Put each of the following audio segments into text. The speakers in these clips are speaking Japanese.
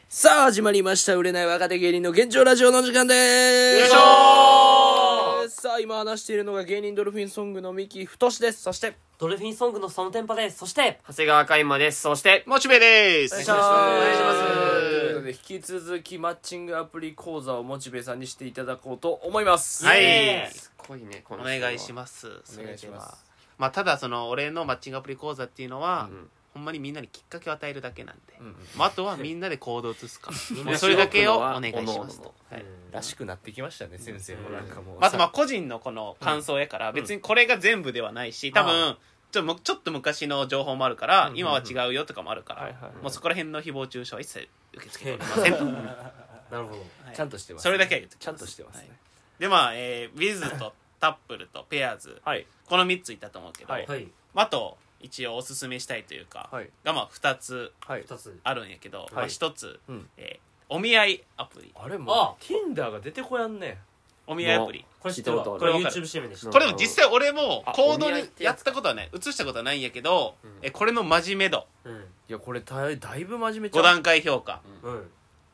さあ始まりました。売れない若手芸人の現状ラジオの時間でーす。 よいしょー。 さあ今話しているのが芸人ドルフィンソングの三木太です。そしてドルフィンソングのそのテンパです。そして長谷川海馬です。そしてモチベです。 お願いしますということで引き続きマッチングアプリ講座をモチベさんにしていただこうと思います。 はい、 イエーイすごいね。おお願いしますお願いします。 まあただその俺のマッチングアプリ講座っていうのは、 うんほんまにみんなにきっかけを与えるだけなんで、 うんうんまあ、あとはみんなで行動を移すかみんなもうそれだけをお願いしますと、はいらしくなってきましたね、先生もなんかもう。 あとまあ個人のこの感想やから別にこれが全部ではないし多分ちょっと昔の情報もあるから今は違うよとかもあるからはいはいはいもうそこら辺の誹謗中傷は一切受け付けておりませんと、 なるほど。 はいちゃんとしてます、 それだけは言ってちゃんとしてますね。 はいでまあ、ウィズとタップルとペアーズはいこの3ついったと思うけど、 はいはい。 あと一応おすすめしたいというか、 はいがまあ2つはい。 二つ。 あるんやけど、まあ、1つ、 うんお見合いアプリあれもあう Tinder が出てこやんね。 お見合いアプリこれ知ってるわ。 聞いたことこれある YouTube CM でした。 これでも実際俺もあ行動にお見合いってやっやつかたことはない映したことはないんやけど、 うんこれの真面目度うん。 いやこれだいぶ真面目ちゃ 5 う。 段階評価うん。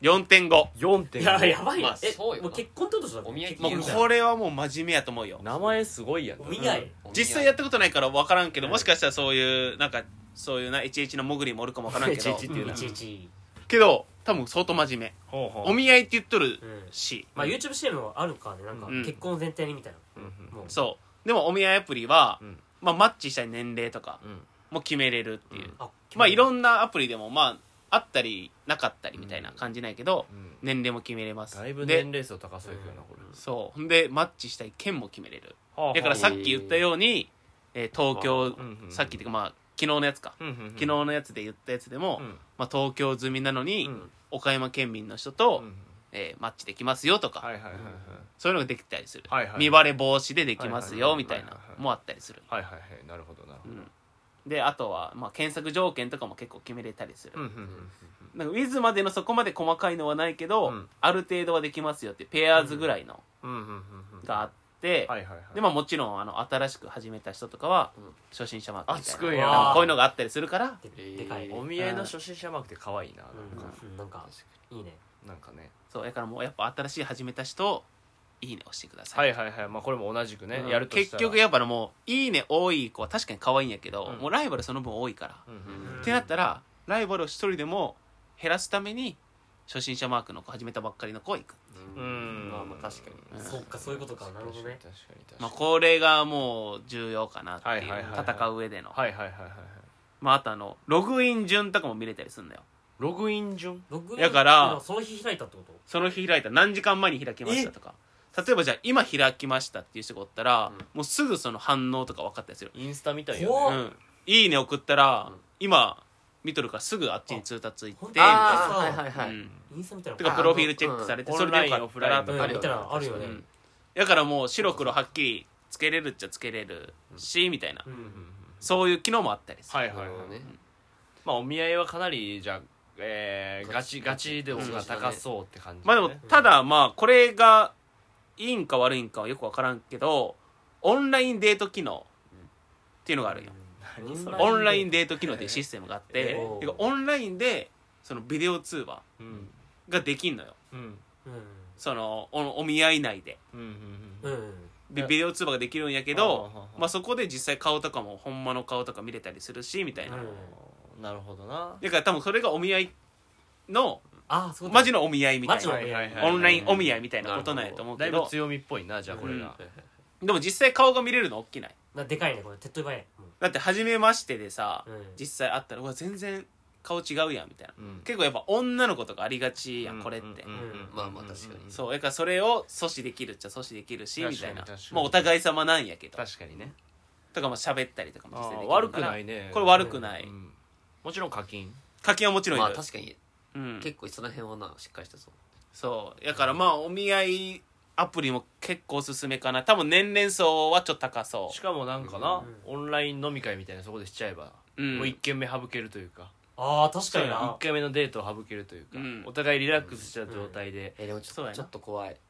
4.5 4.5。 いや、やばいまあ。 なえ、 そうよなもう結婚ってことでしょお見合いもう結婚これはもう真面目やと思うよ名前すごいやん。 お見合い。 実際やったことないから分からんけどもしかしたらそういうなんかそういうな11の潜りもおるかも分からんけど 11っていうな。 11。 けど多分相当真面目ほうほう。 お見合いって言っとるうん。 し、 まあ YouTube CM はあるからね。なんかうん結婚前提にみたいな。 うんうんもう。 そうでもお見合いアプリは、 うんまあ、マッチしたい年齢とかうんも決めれるっていう、 あ、 まあいろんんなアプリでもまああったりなかったりみたいな感じないけど、 うん年齢も決めれますだいぶで年齢層高そうやけどなこれ。 そうほんでマッチしたい県も決めれるはあだからさっき言ったように、東京、 うんうんさっきっていうかまあ昨日のやつか、 うんうんうん昨日のやつで言ったやつでも、 うんまあ、東京済みなのに、 うん岡山県民の人と、 うんマッチできますよとか、 はいはいはいはいそういうのができたりする、 はいはい見バレ防止でできますよ、 はいはいはいみたいなもあったりする、 はいはいはいなるほどなるほど。 であとは、まあ、検索条件とかも結構決めれたりする、 うんうんうんなんか Wiz までのそこまで細かいのはないけど、 うんある程度はできますよってペアーズぐらいのうんうんうんうんがあって、 はいはいはい。 でまあもちろん新しく始めた人とかは、 うん初心者マークみたいなあつくんやなこういうのがあったりするからでかいね。 お見合いの初心者マークって可愛いななんか、いいね。 なんかね。 そうだからもうやっぱ新しい始めた人いいね押してくださ、 はいいはいはいまあこれも同じくねうんやるとしたら結局やっぱりもういいね多い子は確かに可愛いんやけど、 うんもうライバルその分多いから、 うんうんってなったらライバルを一人でも減らすために初心者マークの子始めたばっかりの子は行く、 うんまあまあ確かにうんそっか、そういうことか。なるほどね。 確かに確かにまあ、これがもう重要かなっていう、 はいはいはいはい戦う上での、 はいはいはいはいはいまあ、あとログイン順とかも見れたりするんだよログイン順ログインだからっていうのはその日開いたってことその日開いた何時間前に開きましたとか例えばじゃあ今開きましたっていう人がおったら、もうすぐその反応とか分かったりする、 インスタみたいよ怖っねうん、いいね送ったら、今見とるからすぐあっちに通達いってみたいあな、 あーはいはいはい、 うん、 インスタみたいなてかプロフィールチェックされて、 うんそれでよかったらとかオンラインオフラインみたいなあるよね。 うんだからもう白黒はっきりつけれるっちゃつけれるし、みたいなうんそういう機能もあったりする、 はいはいはいなるほどねまあお見合いはかなりじゃあガチ度が高そうって感じまあでもただまあこれがいいんか悪いんかはよく分からんけどオンラインデート機能っていうのがあるんよ、 何それオンラインデート機能っていうシステムがあって、 えーてかオンラインでそのビデオ通話うんができんのようんそのお見合い内でうんうんうんうんでビデオ通話ができるんやけはあはどあはあまあそこで実際顔とかもほんまの顔とか見れたりするしみたいな、 なるほどなだから多分それがお見合いのああ、そうマジのお見合いみたいマジのなお見合いオンラインお見合いみたいなことなんやと思うだいぶけど強みっぽいなじゃあこれがでも実際顔が見れるの大きないでかいね、これ。手っ取り早い。 だって初めましてでさ、 うん実際会ったらうわ全然顔違うやんみたいな、 うん結構やっぱ女の子とかありがちやん、これって、 うんうんまあまあ確かにそうだからそれを阻止できるっちゃ阻止できるしみたいな確かにまあお互い様なんやけど確かにねとかまあ喋ったりとかも実際できる悪くからないねこれ悪くない、 うんもちろん課金課金はもちろんいる、 まあ確かにうん、 結構その辺はなしっかりしたそうそうだからまあお見合いアプリも結構おすすめかな多分年齢層はちょっと高そしかもなんかなオンライン飲み会みたいなそこでしちゃえばう、うん、 もう一軒目省けるというかああ、確かにそうやな 1。回目のデートを省けるというか、 うんお互いリラックスした状態で、 でもちそうやなょっと怖い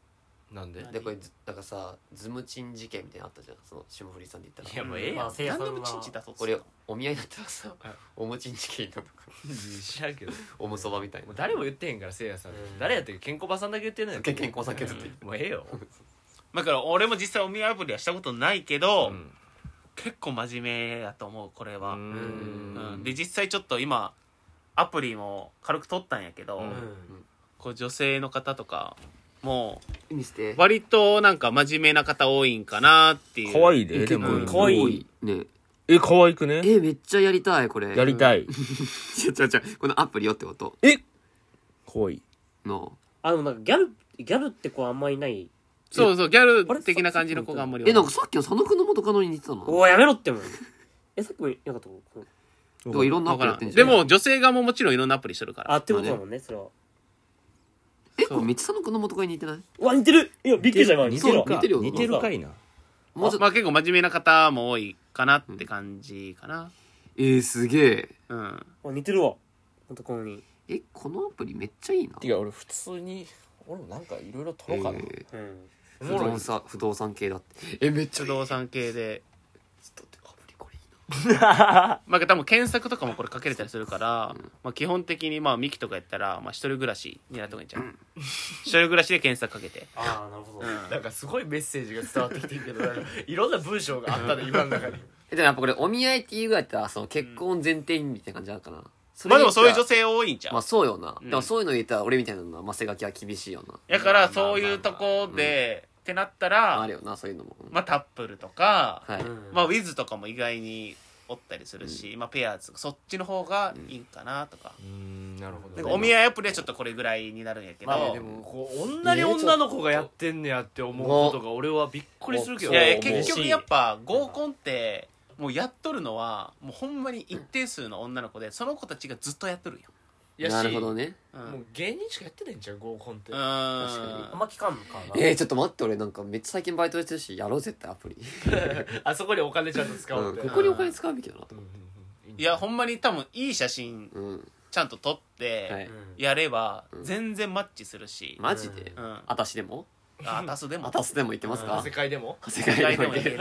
なんででこれだからさズムチン事件みたいなのあったじゃん、その霜降りさんで言ったら。 いやもうええやんまあせいやさんが何でもチンチン出そうとこれお見合いだったらさはいおむちん事件になるのか知らんけどおむそばみたいなもう誰も言ってへんからせいやさんうん誰やったっけケンコバさんだけ言ってんのよ健康さん削ってもうええよだから俺も実際お見合いアプリはしたことないけど、 うん結構真面目やと思うこれは、 ううんで実際ちょっと今アプリも軽く取ったんやけど、 うんこう女性の方とかも見せてう割となんか真面目な方多いんかなっていう。 可愛いででもうん可愛いねえ可愛くねめっちゃやりたいこれやりたいちょこのアプリよってことえ可愛いのあでもなんかギャルって子あんまいない。 そうそうギャル的な感じの子があんまり多いなんかさっきの佐野くんの元カノに似てたなおおやめろってもさっきもいなかっただからいろんなアわからんプリやってんじゃんでも女性側ももちろんいろんなアプリしてるからあってことだもんねそれは。 これめっちゃ佐野くんの元カノに似てないうわ似てる。いやびっくりした今。 似てるか似てるよ似てるかいなもうちょっとまあ結構真面目な方も多いかなって感じかなすげえうんあ似てるわ。ほんとこのに。 このアプリめっちゃいいなてか俺普通に俺もなんかいろいろ撮ろうかなうん。 不動産系だってめっちゃ不動産系でちょっとアプリこれいいなまあ多分検索とかもこれかけれたりするから、まあ基本的にまあミキとかやったらまあ一人暮らしになった方がいいんちゃう、一人暮らしで検索かけてああなるほど。 なんかすごいメッセージが伝わってきてるけどなんかいろんな文章があったね今の中にでもやっぱこれお見合いっていうぐらいだったらその結婚前提みたいな感じなのかなまあでもそういう女性性多いんちゃう、 まあそうよなうんでもそういうの言ったら俺みたいなのはマセガキは厳しいよなだからそういうとこで、ってなったら、 あるよなそういうのもまあタップルとか、 はいうんまあウィズとかも意外におったりするし、まあペアーズそっちの方がいいんかなとか、 なるほなんかお見合いアプリはちょっとこれぐらいになるんやけど、 まあでもこう女に女の子がやってんねやって思うことが俺はびっくりするけどいやいやもう結局やっぱ合コンってもうやっとるのはもうほんまに一定数の女の子でその子たちがずっとやっとるんよ。 やしなるほどねうんもう芸人しかやってないんちゃう合コンってうんあんま聞かんのかな。 ちょっと待って俺なんかめっちゃ最近バイトしてるしやろうぜってアプリあそこにお金ちゃんと使おうってここにお金使うべきだなといやほんまに多分いい写真うんちゃんと撮っはていやればうん全然マッチするし、 マジでうんあたしでもあタスでもあたすでも言ってますか世界でも長谷川でもいける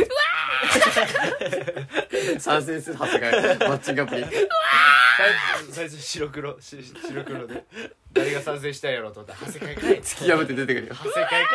参戦する長谷川マッチングアプリ最初白黒で誰が賛成したんやろうと思ったら長谷川かい突き破って出てくるよ長谷川か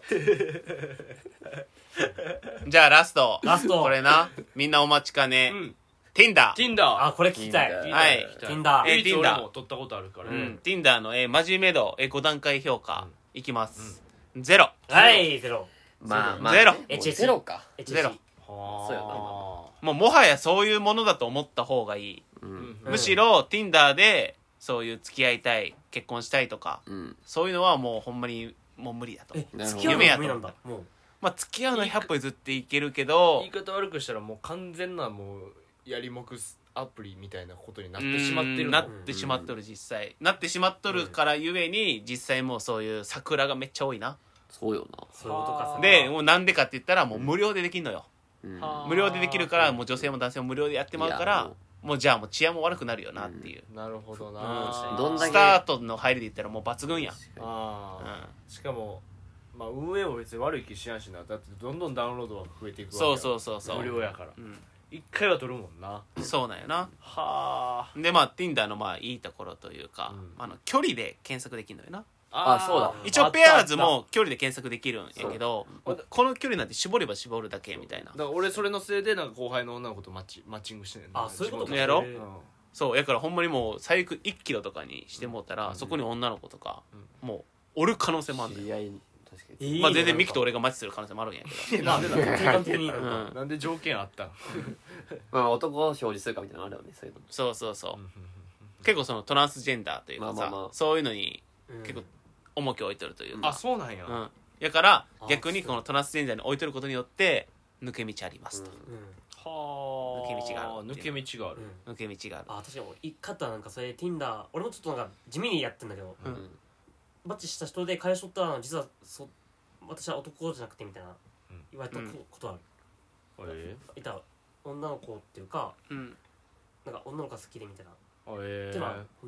いじゃあラストラストこれなみんなお待ちかね、 うん Tinder Tinder あこれ聞きたい。 はい Tinder Tinder えー唯一 Tinder 俺も撮ったことあるからねうん、Tinder の、真面目度、5段階評価、いきます、ゼロはいゼロ。 まあまあゼロもう HH ゼロかゼロはそうやなもうもはやそういうものだと思った方がいい、 うんうんむしろ Tinder でそういう付き合いたい結婚したいとかうんそういうのはもうほんまにもう無理だとえなるほど付き合うの無理なんだもう。 まあ付き合うの100歩譲っていけるけど言い方悪くしたらもう完全なもうやりもくアプリみたいなことになってしまってるなのってしまっとる実際なってしまっとるからゆえに実際もうそういう桜がめっちゃ多いなそうよなそういうことかさ。 でもうなんでかって言ったらもう無料でできんのようんはあ無料でできるからもう女性も男性も無料でやってまうかいやらももうじゃあもう治安も悪くなるよなっていう、 なるほどなどんだけスタートの入りで言ったらもう抜群やん、 ああしかもまあ運営も別に悪い気しやんしなだってどんどんダウンロードが増えていくわけそうそうそうそう無料やからう一回は取るもんなそうなんよなはでまあ Tinder のまあいいところというか、 うん距離で検索できるのよなあそうだ一応ペアーズも距離で検索できるんやけどそうこの距離なんて絞れば絞るだけみたいなだから俺それのせいでなんか後輩の女の子とマッチングしてんねんなあそういうことか。 やろへーそうやからほんまにもう最悪1キロとかにしてもうたら、そこに女の子とか、もうおる可能性もあるんだよ、 知り合い確かにいいねまあ全然ミキと俺がマッチする可能性もあるんやけどなんでだ時間的になんうかんなんで条件あったんまあ男を表示するかみたいなのあるよねそういうのそうそうそう、結構そのトランスジェンダーというかさ、 まあまあまあそういうのにうん結構重きを置いとるというか、 あそうなんやうん、やからあ逆にこのトランスジェンダーに置いとることによって抜け道ありますと、 うんはあ抜け道があるっていう抜け道があるうん抜け道があるあ確かに俺一回あったらなんかそれ Tinder 俺もちょっとなんか地味にやってんだけどうんうんマッチした人で会話しとったら実は私は男じゃなくてみたいなうん言われたことある、 えいた女の子っていうかうんなんか女の子が好きでみたいな、 えっていうのは本当に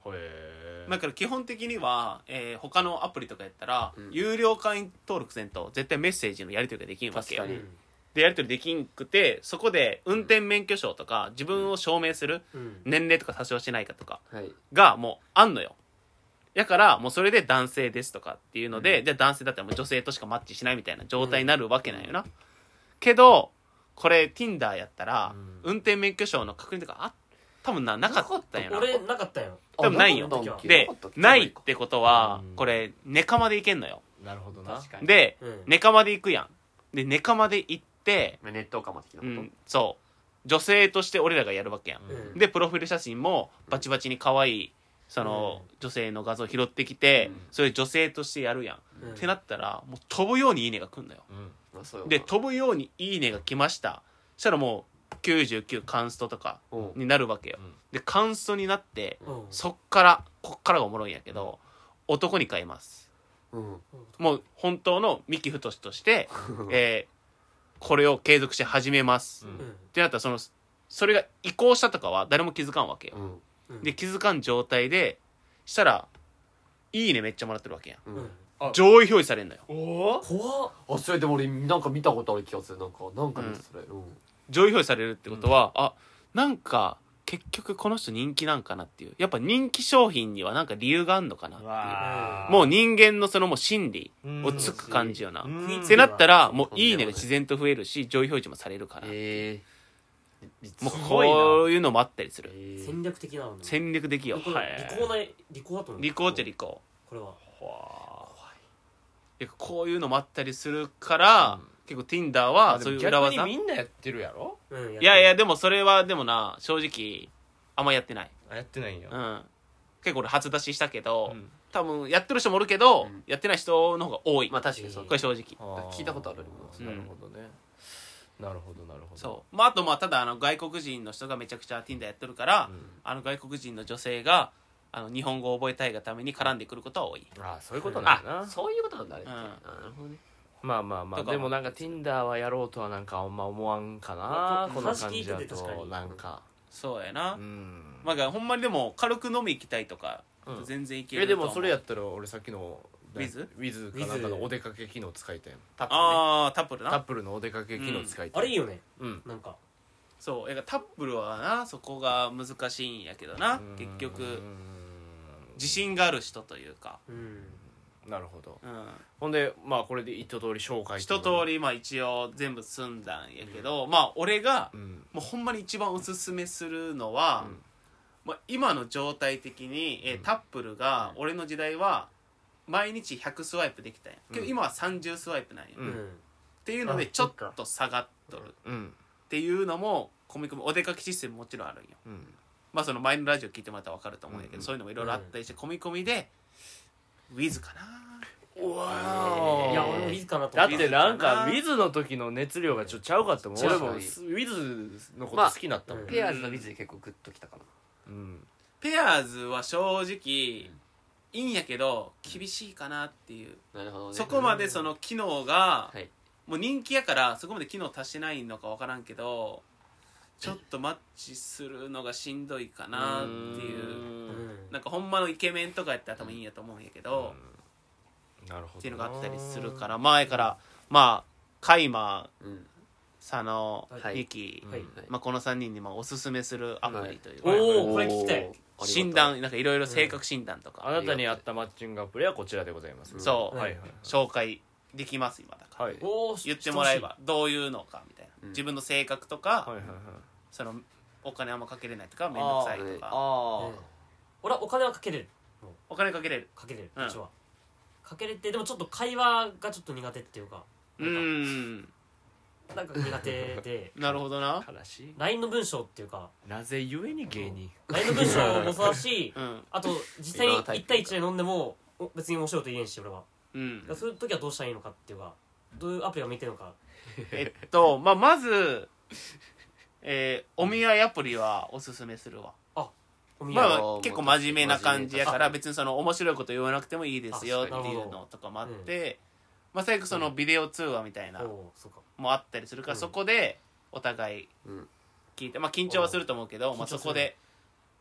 へだから基本的には、他のアプリとかやったら、 うん有料会員登録せんと絶対メッセージのやり取りができんわけよ確かにでやり取りできんくてそこで運転免許証とか自分を証明する年齢とか多少しないかとかはいがもうあんのよやからもうそれで男性ですとかっていうので、じゃあ男性だったらもう女性としかマッチしないみたいな状態になるわけなんよな、けどこれ Tinder やったら、運転免許証の確認とか多分なかったんやな俺なかったよ。 多分ないよなかったっけでなかったっけないってことはうんこれネカまでいけんのよなるほどな確かにでうんネカまで行くやんでネカまで行って、 ネットかま的なことそう女性として俺らがやるわけやん、 うんでプロフィール写真もバチバチに可愛いその、女性の画像拾ってきて、 うんそれ女性としてやるやん、 うんってなったらもう飛ぶようにいいねが来んのようんそうよなで飛ぶようにいいねが来ましたそしたらもう99カンストとかうんになるわけよ、 うんでカンストになってうんこっからがおもろいんやけど、男に変えますうんもう本当の三木太として、これを継続して始めます、 うんってなったらそれが移行したとかは誰も気づかんわけよ、 うんで気づかん状態でしたらいいねめっちゃもらってるわけやんうん上位表示されんのよおお怖っ。 あそれでも俺なんか見たことある気がするなんか見たそれ上位表示されるってことは、なんか結局この人人気なんかなっていうやっぱ人気商品にはなんか理由があんのかなっていうもう人間のもう心理をつく感じよな、 うんってなったらもういいねが自然と増えるし上位表示もされるから、 えもうすごいなこういうのもあったりする、 え戦略的なの。 戦略的よこれ利口だと思う。 利口っちゃ利口これは。 いやこういうのもあったりするから、結構 Tinder はそういう裏逆に技みんなやってるやろうん。 いやいやでもそれはでもな正直あんまやってない、 あやってないんや結構俺初出ししたけど、 うん多分やってる人もおるけど、 うんやってない人の方が多い、 まあ確かにそうこれ正直聞いたことあるうんなるほどねなるほどなるほどそうまああとただ外国人の人がめちゃくちゃ Tinder やってるから、外国人の女性が日本語を覚えたいがために絡んでくることは多い、 あそういうことなんだなそういうことなんだあれってうんなるほどねまあまあまあとかでもなんか Tinder はやろうとはなんかあんま思わんかなこの感じだ話聞いてて確かとになんかそうやな、 うんまあほんまにでも軽く飲み行きたいとか、 うん全然いけると思うでもそれやったら俺さっきの Wiz？ Wiz かなんかのお出かけ機能使いたいのタップああタップルなタップルのお出かけ機能使いたいあれいいよね。 うんなんか。 そうタップルはなそこが難しいんやけどな結局自信がある人というか、 うん。 なるほどうん、 ほんでまあこれで一通り紹介一通り一応全部済んだんやけど、俺がうんもうほんまに一番おすすめするのは、今の状態的に、タップルが俺の時代は毎日100スワイプできたんやけど、今は30スワイプなんや、 ううんん。 っていうのであちょっと下がっとるっうんていうのも込み込みお出かけシステムもちろんあるんようんその前のラジオ聞いてもらったら分かると思うんやけど、そういうのもいろいろあったりして込み込みで Wiz かなうわいや、俺もいいかなとだっ思って。 てなんか Wiz の時の熱量がちょっとちゃうかっても俺も確かに Wiz のこと好きになったもん、 まあペアーズの水で結構グッときたかなうんペアーズは正直いいんやけど厳しいかなっていう、 なるほどねそこまでその機能がはいもう人気やからそこまで機能足してないのか分からんけどちょっとマッチするのがしんどいかなっていううん。 なんかほんまのイケメンとかやったら多分いいんやと思うんやけど、 なるほどっていうのがあったりするから前からカイマうん佐野はいミキ、 はい。 この3人におすすめするアプリというか、 おお、これ聞きたい。 診断なんかいろいろ性格診断とか、 あなたに合ったマッチングアプリはこちらでございます、 そう、 はいはいはい紹介できます今だから、 はいおお、 言ってもらえばどういうのかみたいな、 うん自分の性格とか、 はいはいはいそのお金あんまかけれないとか面倒くさいとかあうん俺はお金はかけれる。 お金かけれるかけれる。 うんうちは。かけれて、でもちょっと会話がちょっと苦手っていうか、 うーんなんか苦手で、 なるほどな悲しい LINE の文章っていうか、 なぜゆえに芸人 LINE の文章もそうだし、 うんあと実際に1対1で飲んでも別に面白いと言えんし俺は、 うんそういう時はどうしたらいいのかっていうか、どういうアプリが見てるのか。 まずお見合いアプリはおすすめするわお見合い結構真面目な感じやか真面目ら別にその面白いこと言わなくてもいいですよってあいうのとかもあって最悪そのビデオ通話みたいなおお、そうか。 もあったりするからそこでお互いうん聞いて緊張はすると思うけど緊張するそこで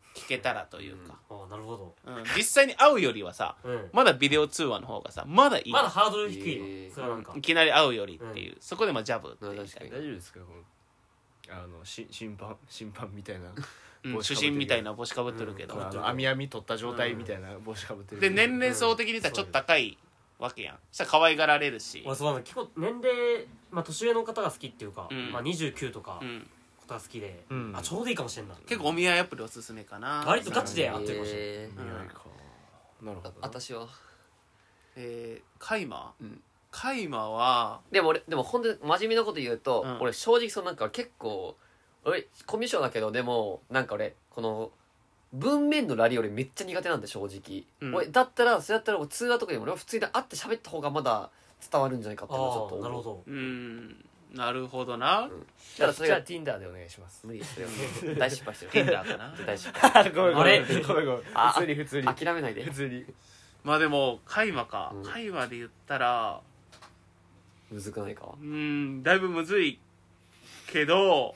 聞けたらというか、 ああなるほど実際に会うよりはさまだビデオ通話の方がさまだいい、 まだハードル低いのそれはなんかいきなり会うよりっていう、そこでジャブっていう確かに大丈夫ですかこの審判みたいな主審みたいな帽子かぶってるけど、 網取った状態みたいな帽子かぶってるで年齢層的に言ったらちょっと高いわけやん、そしたら可愛がられるし、 俺そうなんだ結構年齢年上の方が好きっていうか29とかうんことが好きでうんちょうどいいかもしれんな結構お見合いアプリおすすめかな。 割とガチで合ってるかもしれない見合いかなるほどな私はカイマうんカイマはでも本当に真面目なこと言うと、 うん俺正直なんか結構俺コミュ障だけどでもなんか俺この文面のラリ俺めっちゃ苦手なんで正直、俺だったらそれだったら通話とかでも俺は普通に会って喋った方がまだ伝わるんじゃないかっていうのはちょっと思うああなるほどなるほどな、 じゃあそれが Tinder でお願いします無理ですよ大失敗してる Tinder かな大失敗ごめんあれごめんあ普通に諦めないで普通にまあでもカイマか、 うんカイマで言ったらむずくないかだいぶむずいけど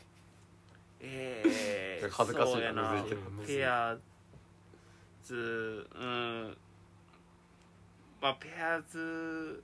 恥ずかしいそうやなむずいペアーズまあペアーズ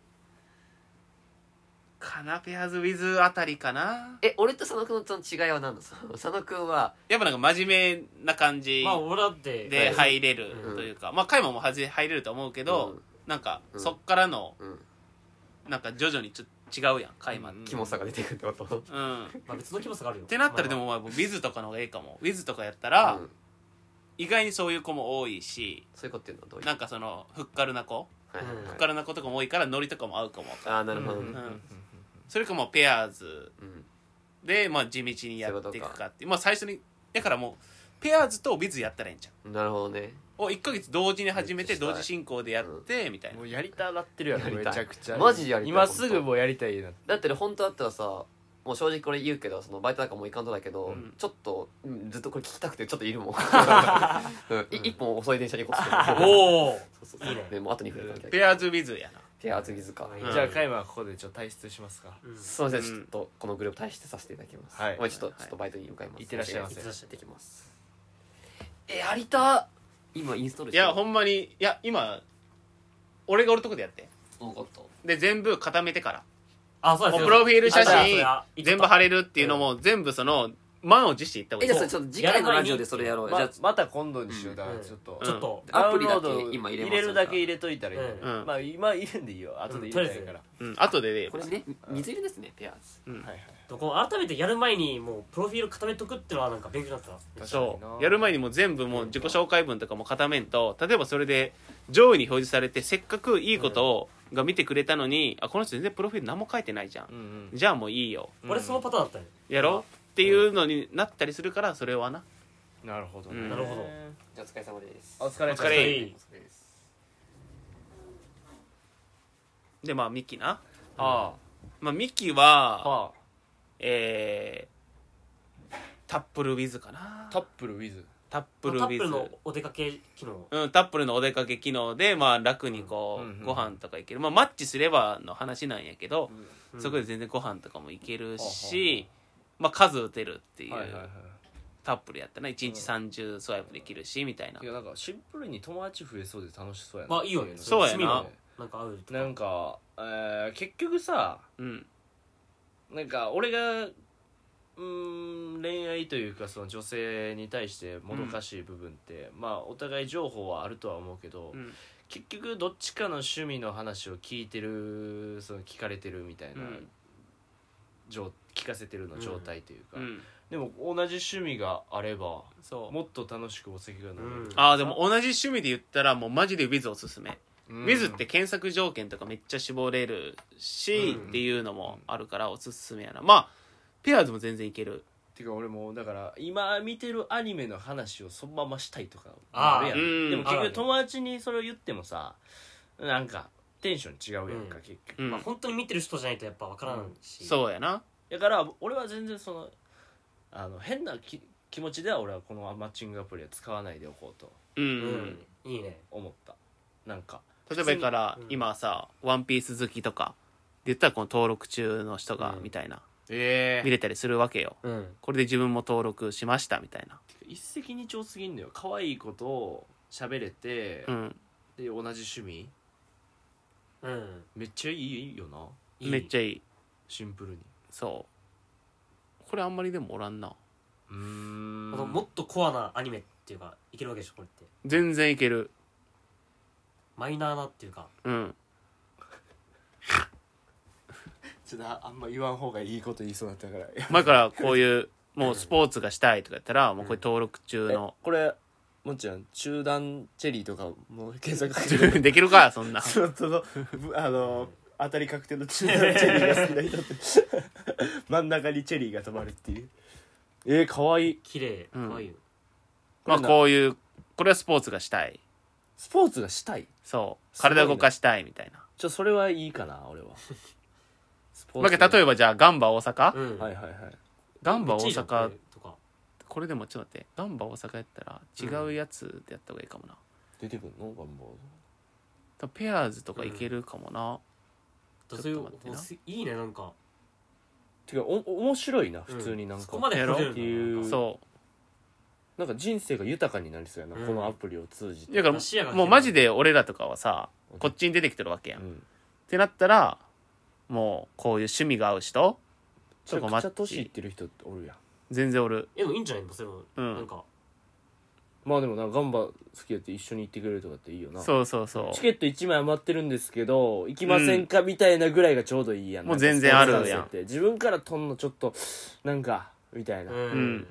かな、ペアーズウィズあたりかな。 俺と佐野くんの違いは何だ佐野くんはやっぱなんか真面目な感じまあ俺だってで入れるうんというか、まあカイマも入れると思うけど、 うんなんかうんそっからのうんなんか徐々に違うやんカイマって、 キモさが出てくるってことうんまあ別の規模差があるよってなったらでもまあウィズとかの方がいいかも。ウィズとかやったら、 うん意外にそういう子も多いし、 そういうことっていうのはどういうなんかそのふっかるな子はいはいはいうんふっかるな子とかも多いからノリとかも合うかも。 ああなるほどねうんそれかもうペアーズうんで、まあ、地道にやっていくかっていう、まあ最初にだからもうペアーズとウィズやったらいいんじゃんなるほどねを1ヶ月同時に始めてめっちゃしたい同時進行でやってみたいな。 もうやりたなってるやろやりたいめちゃくちゃマジでやりたい今すぐもうやりたいなだってね本当だったらさもう正直これ言うけどそのバイトなんかもういかんとだけど、 うんちょっと、ずっとこれ聞きたくてちょっといるもん、一本遅い電車にこっちおおそうそういいねでもう後に触れたみたいなペアーズウィズやな。 ペアーズ水か、 うんじゃあカイマはここでちょっと退出しますかすいません、 うんちょっとこのグループ退出させていただきますはいもうちょっとバイトに向かいますいってらっしゃいませ行ってきますやりた今インストールいやほんまにいや今俺がおるとこでやって分かったで全部固めてからあそうですもうプロフィール写あじゃあそ真れは全部貼れるっていうのも全部その満を持していった方がいい。 じゃあそれちょっと次回のラジオでそれやろうよ、じゃあまた今度にしようだからうんちょっとちょっとアプリだけダウンロード今入れます入れるだけ入れといたらいいんだよねうんまあ今入れんでいいよ後で入れたいから後でねこれね水入れですねペアーズはいはいこう改めてやる前にもうプロフィール固めとくってのはなんか勉強になったなそうやる前にもう全部もう自己紹介文とかも固めんと、例えばそれで上位に表示されてせっかくいいことをが見てくれたのに、あこの人全然プロフィール何も書いてないじゃん、 うんじゃあもういいよ俺そのパターンだったよやろうっていうのになったりするから、それはな。 なるほどうんなるほどじゃあお疲れ様ですお疲れお疲れいいでまあミキな、 あまあミキあははタップルウィズかな。 タップルウィズタップルウィズタップルのお出かけ機能タップルのお出かけ機能で、まあ、楽にこう、 うんご飯とか行ける、まあ、マッチすればの話なんやけど、 うんそこで全然ご飯とかも行けるし、 うんまあ、数打てるっていう、 はいはいはいタップルやったな1日30スワイプできるしみたいな、 いやなんかシンプルに友達増えそうで楽しそうやなまあいいよねそうやな趣味のなんか合うとかなんか、結局さうんなんか俺が恋愛というかその女性に対してもどかしい部分って、まあお互い情報はあるとは思うけど、 うん結局どっちかの趣味の話を聞いてるその聞かれてるみたいな、 うん聞かせてるの状態というか、 うんでも同じ趣味があればそうもっと楽しくお酒が飲める、 うんああでも同じ趣味で言ったらもうマジで Wiz おすすめ、 うん Wiz って検索条件とかめっちゃ絞れるし、 うんっていうのもあるからおすすめやな。まあペアーズも全然いける。 てか俺もだから今見てるアニメの話をそのまましたいとかあーあるやんうんでも結局ある友達にそれを言ってもさなんかテンション違うやんか、 うん結局うんまあ本当に見てる人じゃないとやっぱ分からんしそうやな。 だから俺は全然その変な気持ちでは俺はこのマッチングアプリは使わないでおこうとうん、 うんいいね思ったなんか例えばからうん今さワンピース好きとかで言ったらこの登録中の人がうんみたいなえ見れたりするわけよ。 うんこれで自分も登録しましたみたいな。 一石二鳥すぎんのよ。可愛い子と喋れて、 うんで同じ趣味うんめっちゃいいよな。 めっちゃいい。 シンプルに。 そうこれあんまりでもおらんな。 うーんもっとコアなアニメっていうかいけるわけでしょこれって。 全然いける。 マイナーなっていうか。 うんちょっとあんま言わん方がいいこと言いそうだったから前からこういうもうスポーツがしたいとかやったらもうこれ登録中のこれもっちゃん中段チェリーとかもう検索かけてできるかそんな。 ちょっと当たり確定の中段チェリーが好きな人って真ん中にチェリーが止まるっていうかわいい。 綺麗可愛いよ。 まあこういうこれはスポーツがしたい。 スポーツがしたい。 そうすごいな体動かしたいみたいな。 それはいいかな俺は。スポまあ例えばじゃあガンバ大阪、 うんはいはいはい。 ガンバ大めっちゃいいじゃん阪これとか。 これでもちょっと待ってガンバ大阪やったら違うやつでやった方がいいかもな。 出てくんのガンバ多分ペアーズとかいけるかもな、 そうちょっと待ってな。 いいねなんか。 てか面白いな普通になんか、 そこまで来れるんだっていうそなんか人生が豊かになりそうやな、 うんこのアプリを通じて。 うだから視野が広いもうマジで俺らとかはさこっちに出てきてるわけやん、っうんてなったらもうこういう趣味が合う人ちゃくちとかマッゃ年いっチてる人っておるやん。 全然おる。 でもいいんじゃないのそれも。 うんなんかまあでもなガンバ好きやって一緒に行ってくれるとかっていいよな。 そうそうそうチケット1枚余ってるんですけど行きませんか、みたいなぐらいがちょうどいいやん。 もう全然あるやんなんかスポーツ観戦って自分からとんのちょっとなんかみたいな、 うん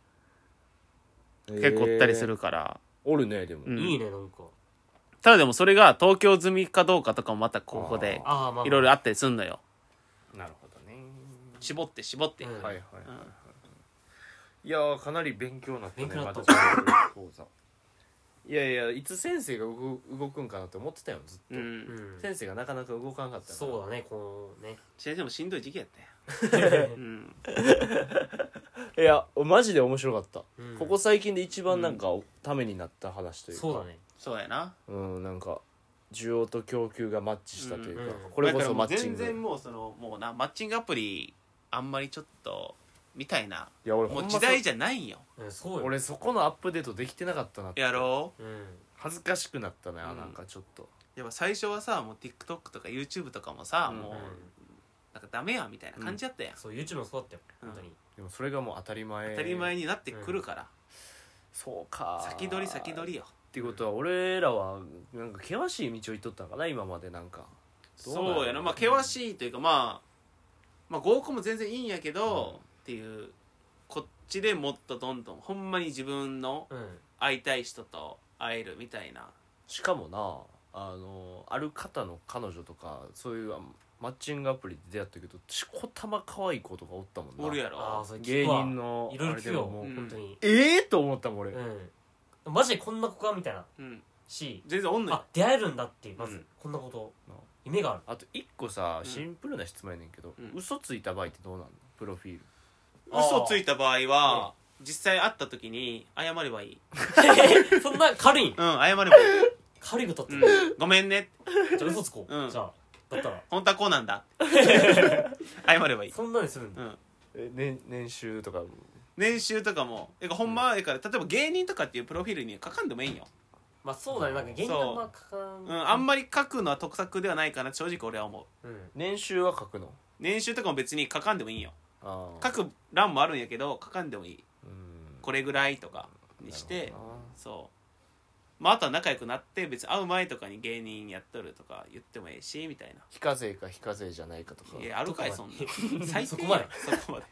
結構おったりするから、 おるねでも、 うんいいねなんか。 ただでもそれが東京済みかどうかとかもまたここでああまあいろいろあったりすんのよ。 なるほどね。 絞って絞って、 うんはいはいはいはい、いやーかなり勉強になったね。 勉強になったまた講座いやいやいつ先生が動くんかなって思ってたよずっと、 うんうん先生がなかなか動かんかったからそうだねこのね。 先生もしんどい時期やったよ、うん、 いやマジで面白かった、 うんここ最近で一番なんか、ためになった話というかそうだね。 そうやな。 うんなんか需要と供給がマッチしたというか、 うんうんこれこそマだからもうッチング。 全然もうそのもうなマッチングアプリあんまりちょっとみたいないや俺ほまもうん時代じゃないんよ。 うんそうよ。 俺そこのアップデートできてなかったなってやろう。 うん恥ずかしくなったね、 うんなんかちょっとやっぱ最初はさもう TikTok とか YouTube とかもさ、 うんもううんなんかダメやみたいな感じやったやん、 そう YouTube もそうだったようん本当に。 でもそれがもう当たり前。 当たり前になってくるから、 そうか先取り先取りよ。 っていうことは俺らはなんか険しい道を行っとったんかな今までなんか。どうなんそうやなまあ険しいというかまあ合コンも全然いいんやけど、 うんっていうこっちでもっとどんどんほんまに自分のうん会いたい人と会えるみたいな。 しかもなある方の彼女とかそういうマッチングアプリで出会ったけどしこたま可愛い子とかおったもんな。 おるやろ。 ああそれ芸聞くわ人のいろいろ聞くよもうあれでももう本当に。 と思ったもん俺、 うんマジでこんな子かみたいなうん、 し、 全然おんのよあ。出会えるんだっていうまずうんこんなことな夢がある。 あと一個さうんシンプルな質問やねんけど、 うん嘘ついた場合ってどうなんのプロフィール。 嘘ついた場合は、実際会った時に謝ればいい。 そんな軽いんうん謝ればいい、 軽いことってうん、ごめんねじゃあ嘘つこううんじゃあだったら本当はこうなんだ謝ればいい。 そんなにするんだ。 うん年収とか年収とかもほんまやから例えば芸人とかっていうプロフィールに書かんでもいいんよ、 まあそうだねなんか芸人はまあかかんうん、あんまり書くのは得策ではないかな正直俺は思う。 うん年収は書くの。 年収とかも別に書かんでもいいんよ。 あー書く欄もあるんやけど書かんでもいい。 うんこれぐらいとかにしてなるほどなそうまああとは仲良くなって別に会う前とかに芸人やっとるとか言ってもええしみたい非課税か非課税じゃないかとか。 な。いやあるかいそんな最低そこまでそこまで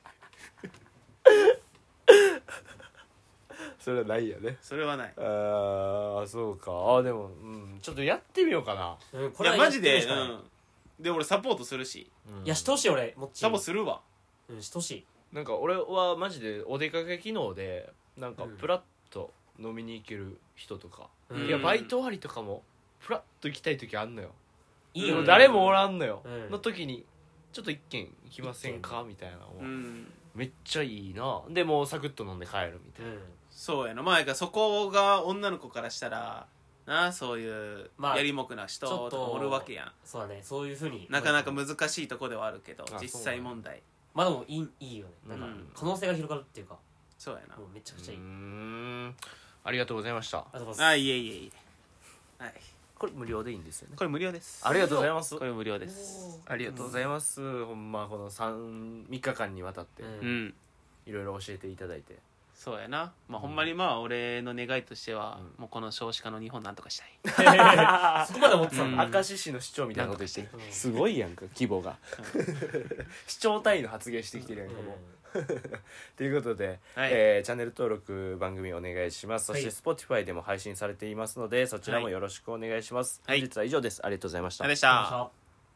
それはないよね。 それはない。 ああそうか。でも、ちょっとやってみようかな。 うんこいやれはやってみマジでるしかないで俺サポートするしいやしてほしい俺もっちサポするわ。 うんしてほしい。 なんか俺はマジでお出かけ機能でなんかうんプラッと飲みに行ける人とか、 うんいやバイト終わりとかもプラッと行きたい時あんのよ。でもいいよね誰もおらんのよ、 うんの時にちょっと一軒行きませんかみたいなのを、 うんめっちゃいいな。でもうサクッと飲んで帰るみたいな、 そうやなまあやからそこが女の子からしたらなそういうまあやりもくな人ちょっととかおるわけやん。 そうだねそういうふうになかなか難しいとこではあるけどあ実際問題まあでもいいよねなんかうん可能性が広がるっていうかそうやなもうめちゃくちゃいい。 ありがとうございました。 ありがとうございます。 いえいえいえ、はい、 これ無料でいいんですよね。 これ無料です。 ありがとうございますこ。れ無料です。 ありがとうございます。ほんまこの3日間にわたってうんいろいろ教えていただいて、 そうやな、まあ、ほんまにまあ俺の願いとしては、もうこの少子化の日本なんとかしたい。 そこまで思ってたんだ。 明石市の市長みたいなことしてうんすごいやんか規模が市長単位の発言してきてるやんかもうということで、 はいチャンネル登録番組お願いします。そして Spotify でも配信されていますのでそちらもよろしくお願いします。 はい本日は以上です。ありがとうございました。 ありがとうございました。 ありがとうございました。